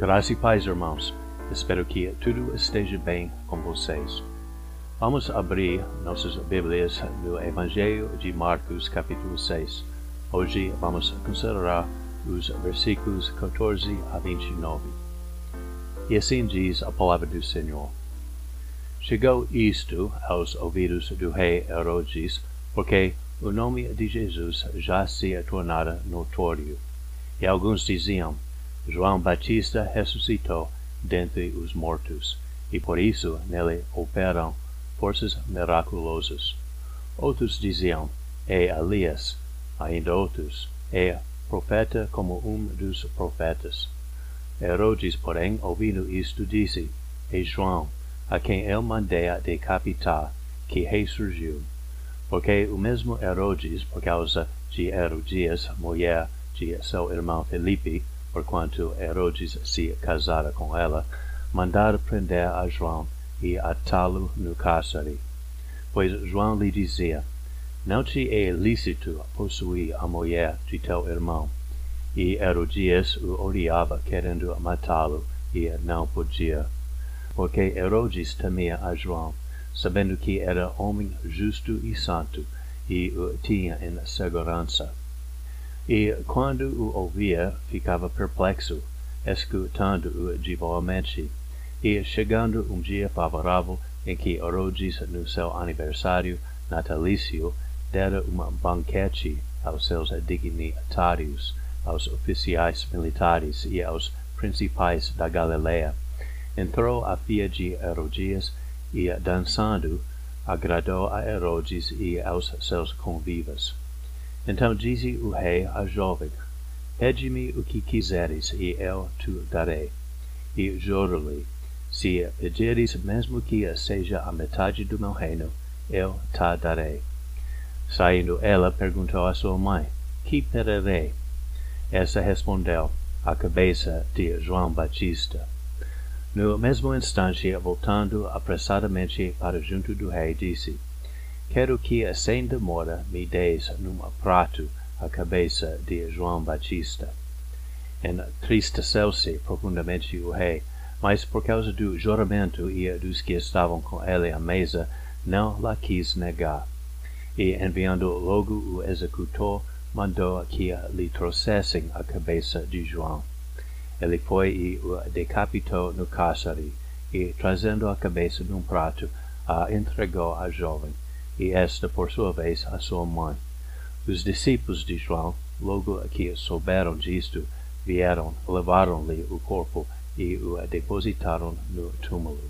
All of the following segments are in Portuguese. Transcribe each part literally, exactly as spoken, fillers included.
Graça e paz, irmãos. Espero que tudo esteja bem com vocês. Vamos abrir nossas Bíblias no Evangelho de Marcos, capítulo seis. Hoje vamos considerar os versículos quatorze a vinte e nove. E assim diz a palavra do Senhor. Chegou isto aos ouvidos do rei Herodes, porque o nome de Jesus já se tornara notório. E alguns diziam: João Batista ressuscitou dentre os mortos, e por isso nele operam forças miraculosas. Outros diziam: é Elias. Ainda outros: é profeta como um dos profetas. Herodes, porém, ouvindo isto, disse: é João, a quem eu mandei decapitar, que ressurgiu. Porque o mesmo Herodes, por causa de Herodias, mulher de seu irmão Felipe, porquanto Herodes se casara com ela, mandara prender a João e atá-lo no cárcere. Pois João lhe dizia: não te é lícito possuir a mulher de teu irmão. E Herodias o odiava, querendo matá-lo, e não podia. Porque Herodes temia a João, sabendo que era homem justo e santo, e o tinha em segurança. E quando o ouvia, ficava perplexo, escutando-o de boa mente. E chegando um dia favorável, em que Herodes, no seu aniversário natalício, dera um banquete aos seus dignitários, aos oficiais militares e aos principais da Galileia, entrou a filha de Herodias e, dançando, agradou a Herodes e aos seus convivas. Então disse o rei à jovem: pede-me o que quiseres, e eu te darei. E juro-lhe: se pedires mesmo que seja a metade do meu reino, eu te darei. Saindo ela, perguntou à sua mãe: que pedirei? Esta respondeu: a cabeça de João Batista. No mesmo instante, voltando apressadamente para junto do rei, disse: quero que, sem demora, me deis num prato a cabeça de João Batista. Entristeceu-se profundamente o rei, mas por causa do juramento e dos que estavam com ele à mesa, não la quis negar. E, enviando logo o executor, mandou que lhe trouxessem a cabeça de João. Ele foi e o decapitou no cárcere, e, trazendo a cabeça num prato, a entregou à jovem, e esta, por sua vez, a sua mãe. Os discípulos de João, logo que souberam disto, vieram, levaram-lhe o corpo e o depositaram no túmulo.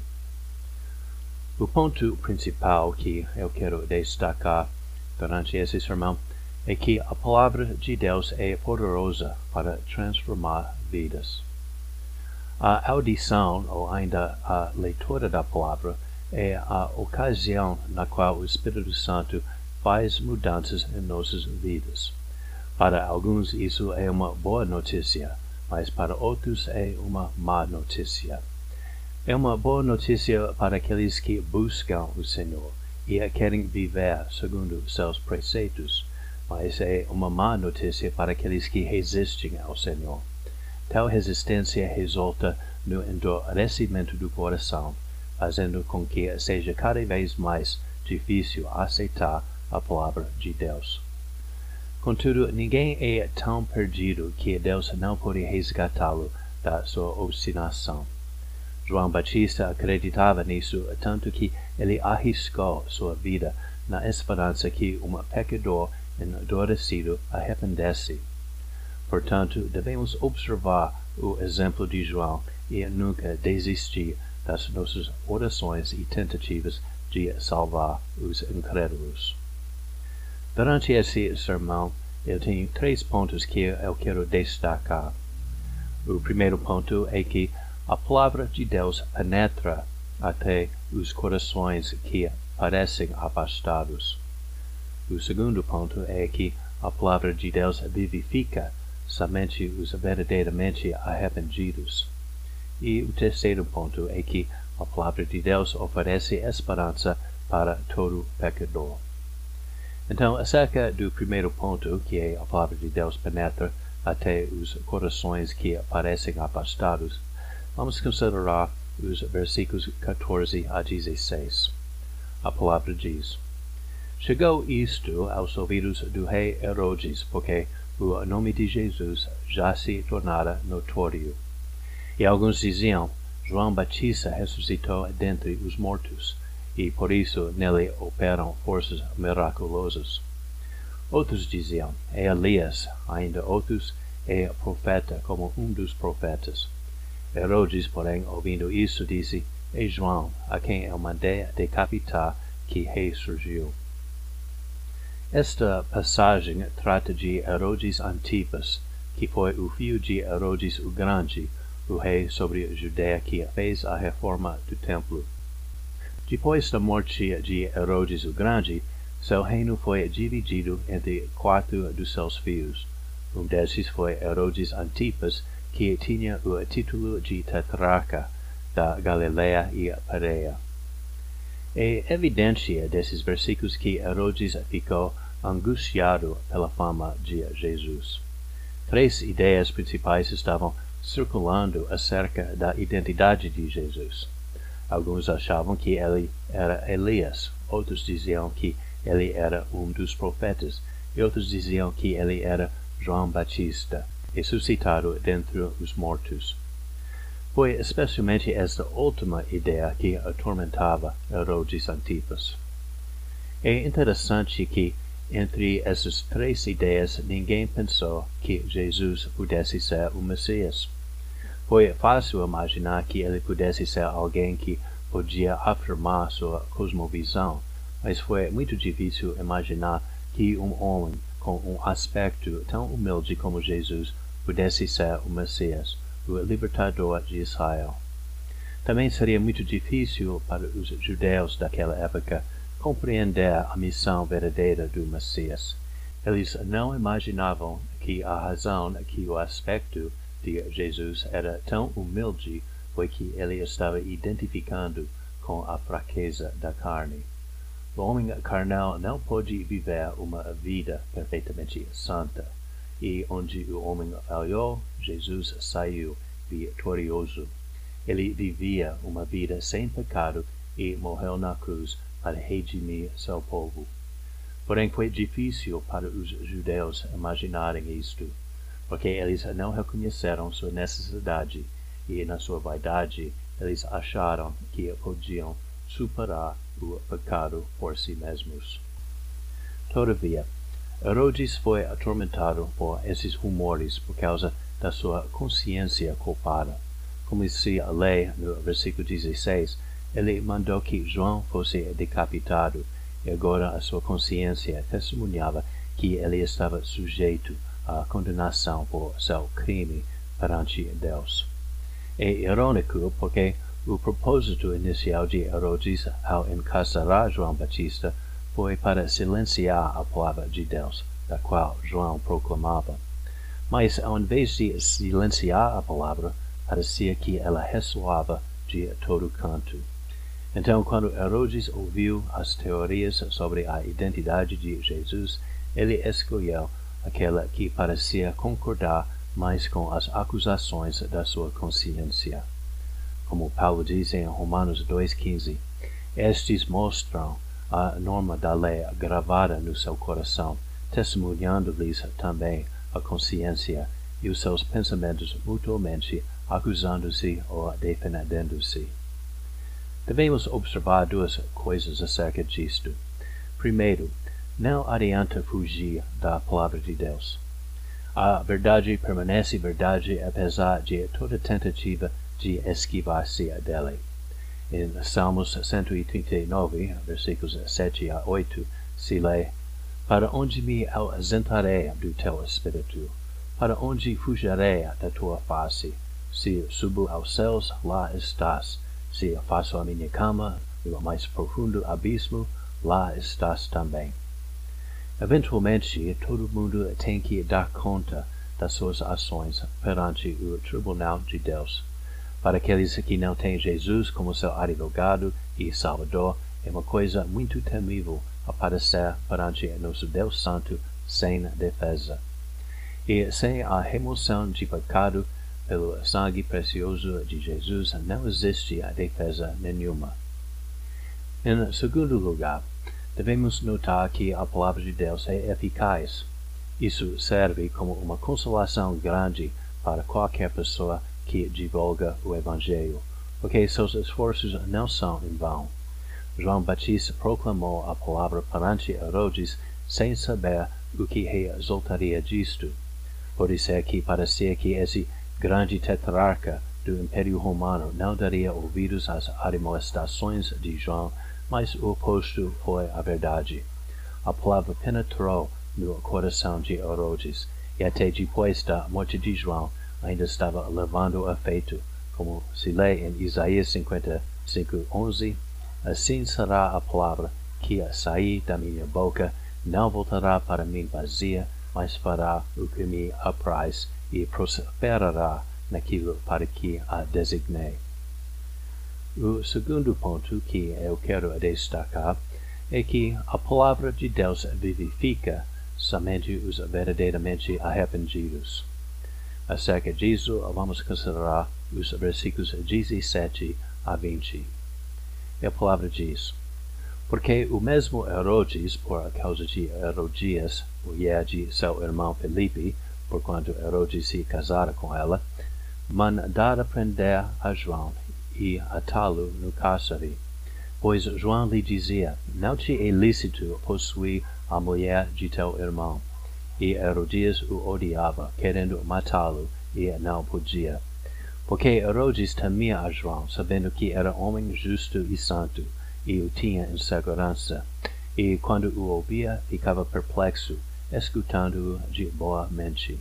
O ponto principal que eu quero destacar durante esse sermão é que a palavra de Deus é poderosa para transformar vidas. A audição, ou ainda a leitura da palavra, é a ocasião na qual o Espírito Santo faz mudanças em nossas vidas. Para alguns isso é uma boa notícia, mas para outros é uma má notícia. É uma boa notícia para aqueles que buscam o Senhor e querem viver segundo seus preceitos, mas é uma má notícia para aqueles que resistem ao Senhor. Tal resistência resulta no endurecimento do coração, fazendo com que seja cada vez mais difícil aceitar a palavra de Deus. Contudo, ninguém é tão perdido que Deus não pode resgatá-lo da sua obstinação. João Batista acreditava nisso tanto que ele arriscou sua vida na esperança que um pecador endurecido arrependesse. Portanto, devemos observar o exemplo de João e nunca desistir das nossas orações e tentativas de salvar os incrédulos. Durante esse sermão, eu tenho três pontos que eu quero destacar. O primeiro ponto é que a palavra de Deus penetra até os corações que parecem afastados. O segundo ponto é que a palavra de Deus vivifica somente os verdadeiramente arrependidos. E o terceiro ponto é que a palavra de Deus oferece esperança para todo pecador. Então, acerca do primeiro ponto, que é a palavra de Deus penetra até os corações que parecem afastados, Vamos considerar os versículos quatorze a dezesseis. A palavra diz: Chegou isto aos ouvidos do rei Herodes, porque o nome de Jesus já se tornara notório. E alguns diziam: João Batista ressuscitou dentre os mortos, e por isso nele operam forças miraculosas. Outros diziam: É Elias, ainda outros: É profeta, como um dos profetas. Herodes, porém, ouvindo isso, disse: É João, a quem eu mandei decapitar, que ressurgiu. Esta passagem trata de Herodes Antipas, que foi o filho de Herodes o Grande, o rei sobre a Judéia que fez a reforma do templo. Depois da morte de Herodes o Grande, seu reino foi dividido entre quatro dos seus filhos. Um desses foi Herodes Antipas, que tinha o título de tetrarca da Galileia e Pereia. É evidente desses versículos que Herodes ficou angustiado pela fama de Jesus. Três ideias principais estavam circulando acerca da identidade de Jesus. Alguns achavam que ele era Elias, outros diziam que ele era um dos profetas, e outros diziam que ele era João Batista, ressuscitado dentre os mortos. Foi especialmente esta última ideia que atormentava Herodes Antipas. É interessante que, entre essas três ideias, ninguém pensou que Jesus pudesse ser o Messias. Foi fácil imaginar que ele pudesse ser alguém que podia afirmar sua cosmovisão, mas foi muito difícil imaginar que um homem com um aspecto tão humilde como Jesus pudesse ser o Messias, o libertador de Israel. Também seria muito difícil para os judeus daquela época compreender a missão verdadeira do Messias. Eles não imaginavam que a razão que o aspecto de Jesus era tão humilde foi que ele estava identificando com a fraqueza da carne. O homem carnal não pode viver uma vida perfeitamente santa, e onde o homem falhou, Jesus saiu vitorioso. Ele vivia uma vida sem pecado e morreu na cruz para redimir seu povo. Porém, foi difícil para os judeus imaginarem isto, porque eles não reconheceram sua necessidade e, na sua vaidade, eles acharam que podiam superar o pecado por si mesmos. Todavia, Herodes foi atormentado por esses rumores por causa da sua consciência culpada. Como se a lei, no versículo dezesseis, ele mandou que João fosse decapitado, e agora a sua consciência testemunhava que ele estava sujeito à condenação por seu crime perante Deus. É irônico porque o propósito inicial de Herodes ao encarcerar João Batista foi para silenciar a palavra de Deus, da qual João proclamava. Mas, ao invés de silenciar a palavra, parecia que ela ressoava de todo canto. Então, quando Herodes ouviu as teorias sobre a identidade de Jesus, ele escolheu aquela que parecia concordar mais com as acusações da sua consciência. Como Paulo diz em Romanos dois, quinze, estes mostram a norma da lei gravada no seu coração, testemunhando-lhes também a consciência e os seus pensamentos mutuamente acusando-se ou defendendo-se. Devemos observar duas coisas acerca disto. Primeiro, não adianta fugir da palavra de Deus. A verdade permanece verdade apesar de toda tentativa de esquivar-se dela. Em Salmos cento e trinta e nove, versículos sete a oito, se lê: Para onde me ausentarei do teu espírito? Para onde fugirei da tua face? Se subo aos céus, lá estás. Se faço a minha cama no mais profundo abismo, lá estás também. Eventualmente, todo mundo tem que dar conta das suas ações perante o tribunal de Deus. Para aqueles que não têm Jesus como seu advogado e salvador, é uma coisa muito temível aparecer perante nosso Deus Santo sem defesa. E sem a remoção de pecado, pelo sangue precioso de Jesus, não existe defesa nenhuma. Em segundo lugar, devemos notar que a palavra de Deus é eficaz. Isso serve como uma consolação grande para qualquer pessoa que divulga o Evangelho, porque seus esforços não são em vão. João Batista proclamou a palavra perante Herodes sem saber o que resultaria disto. Pode ser que parecia que esse grande tetrarca do Império Romano não daria ouvidos às admoestações de João, mas o oposto foi a verdade. A palavra penetrou no coração de Herodes, e até depois da morte de João ainda estava levando efeito, como se lê em Isaías cinquenta e cinco, onze. Assim será a palavra que sair da minha boca, não voltará para mim vazia, mas fará o que me apraz e prosperará naquilo para que a designei. O segundo ponto que eu quero destacar é que a palavra de Deus vivifica somente os verdadeiramente arrependidos. Acerca disso, vamos considerar os versículos dezessete a vinte. E a palavra diz: Porque o mesmo Herodes, por causa de Herodias, mulher de seu irmão Felipe, porquanto Herodes se casara com ela, mandara prender a João e atá-lo no cárcere. Pois João lhe dizia: Não te é lícito possuir a mulher de teu irmão. E Herodias o odiava, querendo matá-lo, e não podia. Porque Herodes temia a João, sabendo que era homem justo e santo, e o tinha em segurança. E quando o ouvia, ficava perplexo, escutando-o de boa mente.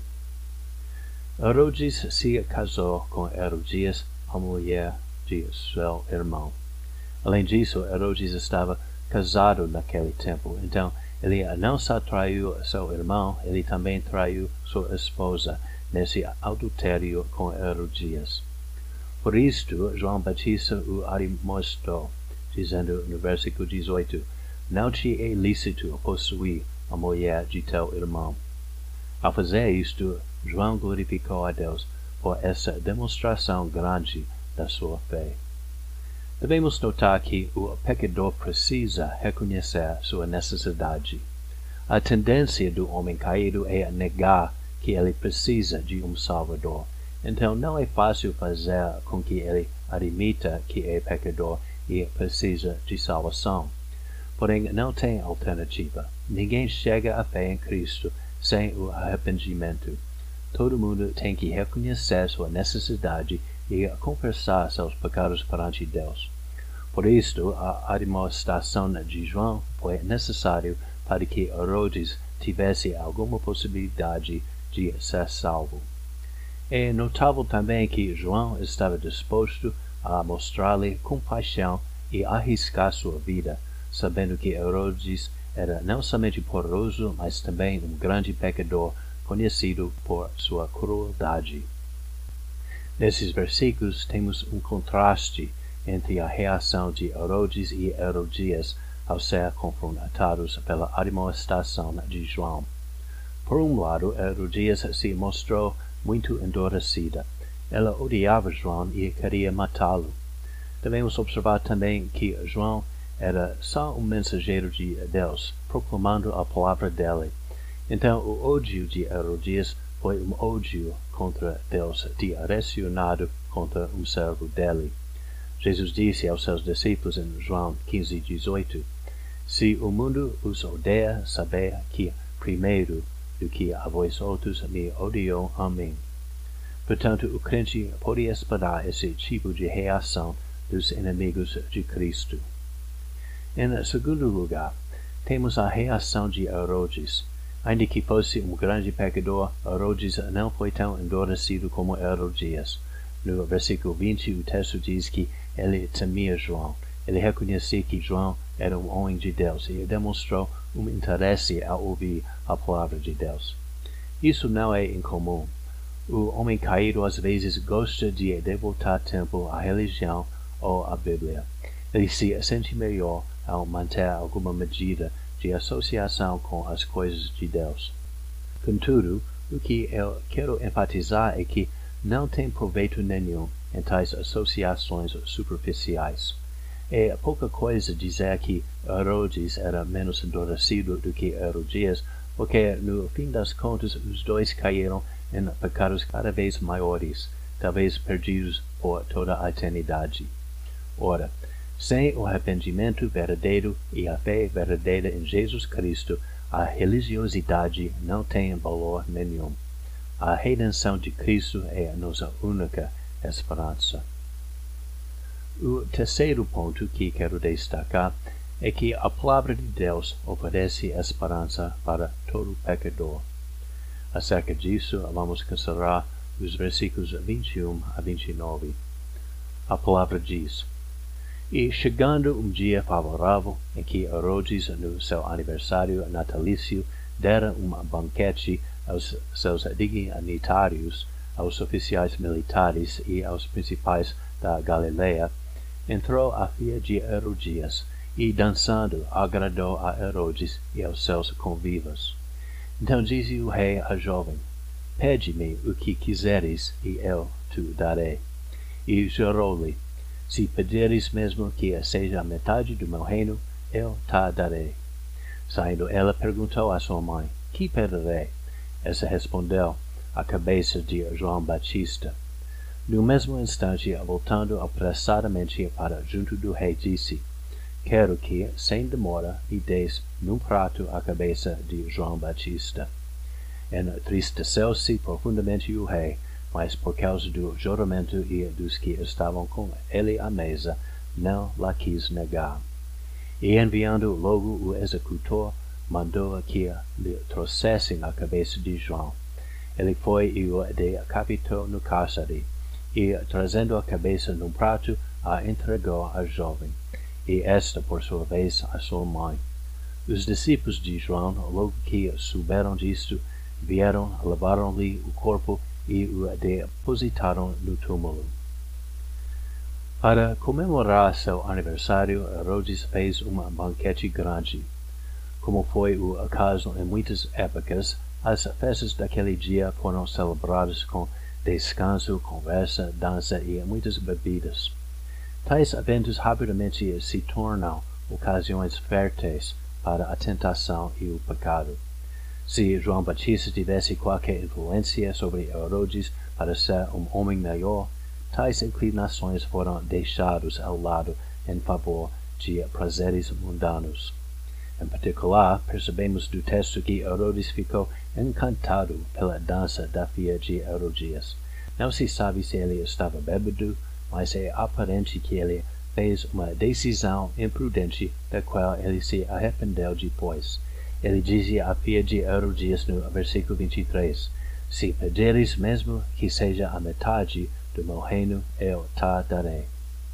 Herodes se casou com Herodias, a mulher de seu irmão. Além disso, Herodes estava casado naquele tempo, então ele não só traiu seu irmão, ele também traiu sua esposa nesse adultério com Herodias. Por isto, João Batista o admoestou, dizendo no versículo dezoito: Não te é lícito possuir a mulher de teu irmão. Ao fazer isto, João glorificou a Deus por essa demonstração grande da sua fé. Devemos notar que o pecador precisa reconhecer sua necessidade. A tendência do homem caído é negar que ele precisa de um Salvador. Então não é fácil fazer com que ele admita que é pecador e precisa de salvação. Porém, não tem alternativa. Ninguém chega à fé em Cristo sem o arrependimento. Todo mundo tem que reconhecer sua necessidade e confessar seus pecados perante Deus. Por isto, a admoestação de João foi necessária para que Herodes tivesse alguma possibilidade de ser salvo. É notável também que João estava disposto a mostrar-lhe compaixão e arriscar sua vida, sabendo que Herodes era não somente poroso, mas também um grande pecador, conhecido por sua crueldade. Nesses versículos temos um contraste entre a reação de Herodes e Herodias ao ser confrontados pela admoestação de João. Por um lado, Herodias se mostrou muito endurecida. Ela odiava João e queria matá-lo. Devemos observar também que João era só um mensageiro de Deus, proclamando a palavra dele. Então, o ódio de Herodias foi um ódio contra Deus, direcionado contra um servo dele. Jesus disse aos seus discípulos em João quinze, dezoito, Se o mundo os odeia, sabei que primeiro do que a vós outros me odiou a mim. Portanto, o crente pode esperar esse tipo de reação dos inimigos de Cristo. Em segundo lugar, temos a reação de Herodes. Ainda que fosse um grande pecador, Herodes não foi tão endurecido como Herodias. No versículo vinte, o texto diz que ele temia João. Ele reconhecia que João era um homem de Deus e demonstrou um interesse ao ouvir a palavra de Deus. Isso não é incomum. O homem caído às vezes gosta de devotar tempo à religião ou à Bíblia. Ele se sente melhor ao manter alguma medida de associação com as coisas de Deus. Contudo, o que eu quero enfatizar é que não tem proveito nenhum em tais associações superficiais. É pouca coisa dizer que Herodes era menos endurecido do que Herodias, porque, no fim das contas, os dois caíram em pecados cada vez maiores, talvez perdidos por toda a eternidade. Ora, sem o arrependimento verdadeiro e a fé verdadeira em Jesus Cristo, a religiosidade não tem valor nenhum. A redenção de Cristo é a nossa única esperança. O terceiro ponto que quero destacar é que a palavra de Deus oferece esperança para todo pecador. Acerca disso, vamos considerar os versículos vinte e um a vinte e nove. A palavra diz: E chegando um dia favorável, em que Herodes, no seu aniversário natalício, dera um banquete aos seus dignitários, aos oficiais militares e aos principais da Galileia, entrou a filha de Herodias, e dançando agradou a Herodes e aos seus convivas. Então disse o rei à jovem: Pede-me o que quiseres, e eu te darei. E jurou-lhe: Se pedires mesmo que seja a metade do meu reino, eu te darei. Saindo ela, perguntou à sua mãe: Que pedirei? Essa respondeu: A cabeça de João Batista. No mesmo instante, voltando apressadamente para junto do rei, disse: Quero que, sem demora, me deis num prato a cabeça de João Batista. Entristeceu-se profundamente o rei, mas por causa do juramento e dos que estavam com ele à mesa, não la quis negar. E enviando logo o executor, mandou que lhe trouxessem a cabeça de João. Ele foi e o decapitou no cárcere, e, trazendo a cabeça num prato, a entregou à jovem, e esta, por sua vez, à sua mãe. Os discípulos de João, logo que souberam disto, vieram, levaram-lhe o corpo e o depositaram no túmulo. Para comemorar seu aniversário, Herodes fez um banquete grande. Como foi o caso em muitas épocas, as festas daquele dia foram celebradas com descanso, conversa, dança e muitas bebidas. Tais eventos rapidamente se tornam ocasiões férteis para a tentação e o pecado. Se João Batista tivesse qualquer influência sobre Herodes para ser um homem melhor, tais inclinações foram deixadas ao lado em favor de prazeres mundanos. Em particular, percebemos do texto que Herodes ficou encantado pela dança da filha de Herodias. Não se sabe se ele estava bêbado, mas é aparente que ele fez uma decisão imprudente da qual ele se arrependeu depois. Ele dizia à filha de Herodias no versículo vinte e três: Se pedires mesmo que seja a metade do meu reino, eu te darei.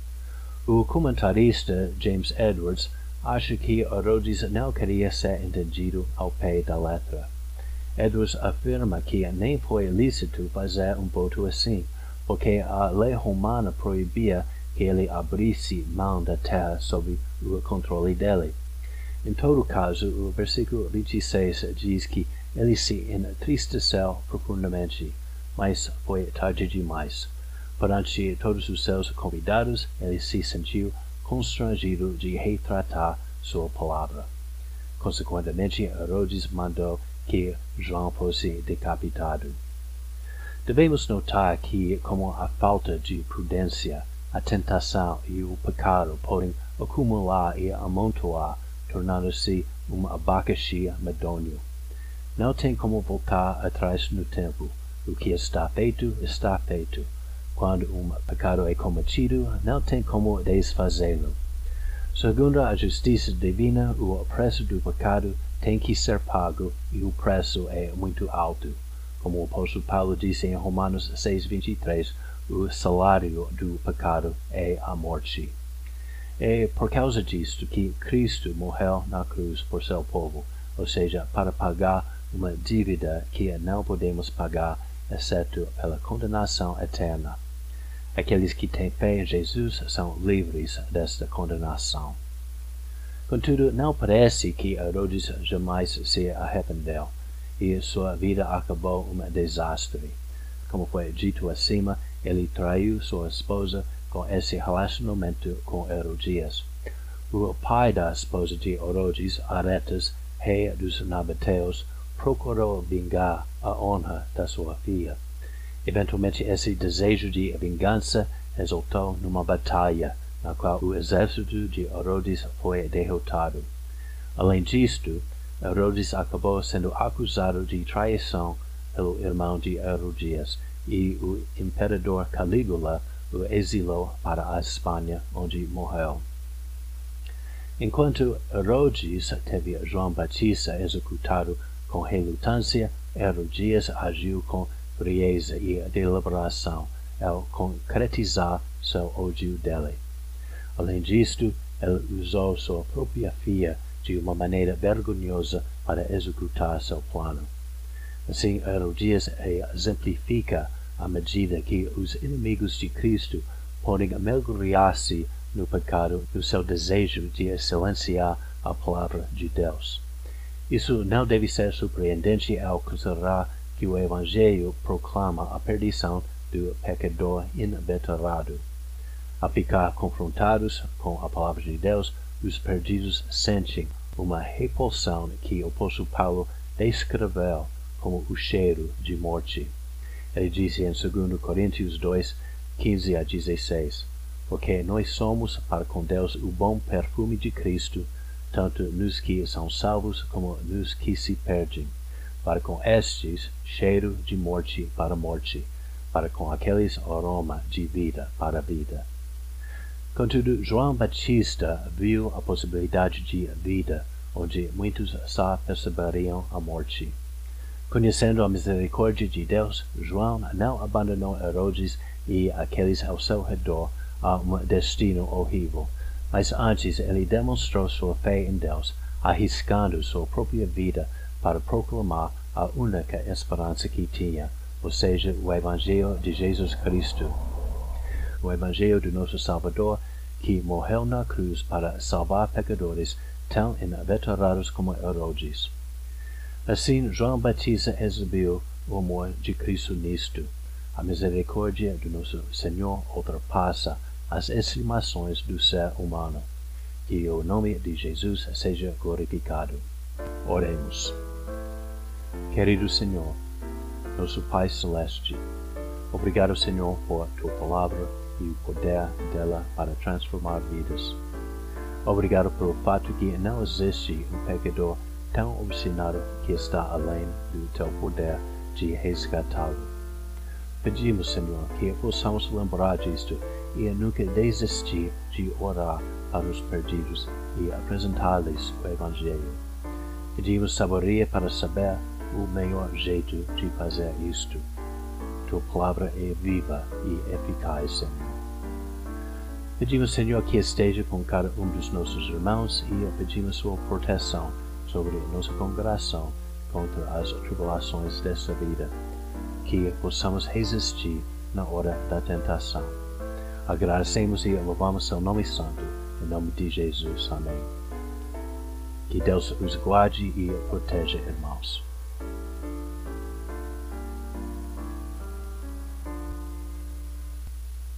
O comentarista James Edwards acha que Herodes não queria ser entendido ao pé da letra. Edwards afirma que nem foi lícito fazer um voto assim, porque a lei romana proibia que ele abrisse mão da terra sob o controle dele. Em todo caso, o versículo vinte e seis diz que ele se entristeceu profundamente, mas foi tarde demais. Perante todos os seus convidados, ele se sentiu constrangido de retratar sua palavra. Consequentemente, Herodes mandou que João fosse decapitado. Devemos notar que, como a falta de prudência, a tentação e o pecado podem acumular e amontoar, tornando-se um abacaxi medonho. Não tem como voltar atrás no tempo. O que está feito, está feito. Quando um pecado é cometido, não tem como desfazê-lo. Segundo a justiça divina, o preço do pecado tem que ser pago, e o preço é muito alto. Como o apóstolo Paulo disse em Romanos seis, vinte e três, o salário do pecado é a morte. É por causa disto que Cristo morreu na cruz por seu povo, ou seja, para pagar uma dívida que não podemos pagar, exceto pela condenação eterna. Aqueles que têm fé em Jesus são livres desta condenação. Contudo, não parece que Herodes jamais se arrependeu, e sua vida acabou um desastre. como foi dito acima, ele traiu sua esposa com esse relacionamento com Herodias. O pai da esposa de Herodes, Aretas, rei dos nabateus, procurou vingar a honra da sua filha. Eventualmente, esse desejo de vingança resultou numa batalha, na qual o exército de Herodes foi derrotado. Além disto, Herodes acabou sendo acusado de traição pelo irmão de Herodias, e o imperador Calígula o exilou para a Espanha, onde morreu. Enquanto Herodes teve João Batista executado com relutância, Herodias agiu com frieza e deliberação ao concretizar seu ódio dele. Além disto, ele usou sua própria filha de uma maneira vergonhosa para executar seu plano. Assim, Herodias exemplifica a medida que os inimigos de Cristo podem mergulhar-se no pecado do seu desejo de silenciar a palavra de Deus. Isso não deve ser surpreendente ao considerar que o Evangelho proclama a perdição do pecador inveterado. Ao ficar confrontados com a palavra de Deus, os perdidos sentem uma repulsão que o apóstolo Paulo descreveu como o cheiro de morte. Ele disse em dois Coríntios dois, quinze a dezesseis, porque nós somos para com Deus o bom perfume de Cristo, tanto nos que são salvos como nos que se perdem. Para com estes, cheiro de morte para a morte, para com aqueles, aroma de vida para a vida. Contudo, João Batista viu a possibilidade de vida, onde muitos só perceberiam a morte. Conhecendo a misericórdia de Deus, João não abandonou Herodes e aqueles ao seu redor a um destino horrível, mas antes ele demonstrou sua fé em Deus, arriscando sua própria vida para proclamar a única esperança que tinha, ou seja, o Evangelho de Jesus Cristo, o Evangelho do nosso Salvador, que morreu na cruz para salvar pecadores tão inveterados como Herodes. Assim, João Batista exibiu o amor de Cristo nisto. A misericórdia do nosso Senhor ultrapassa as estimações do ser humano. Que o nome de Jesus seja glorificado. Oremos. Querido Senhor, nosso Pai Celeste, obrigado, Senhor, por Tua palavra e o poder dela para transformar vidas. Obrigado pelo fato que não existe um pecador tão obstinado que está além do Teu poder de resgatá-lo. Pedimos, Senhor, que possamos lembrar disto e nunca desistir de orar para os perdidos e apresentar-lhes o Evangelho. Pedimos sabedoria para saber o melhor jeito de fazer isto. Tua palavra é viva e eficaz, Senhor. Pedimos, Senhor, que esteja com cada um dos nossos irmãos e pedimos sua proteção sobre nossa congregação contra as tribulações desta vida, que possamos resistir na hora da tentação. Agradecemos e louvamos seu nome santo, em nome de Jesus. Amém. Que Deus os guarde e proteja, irmãos.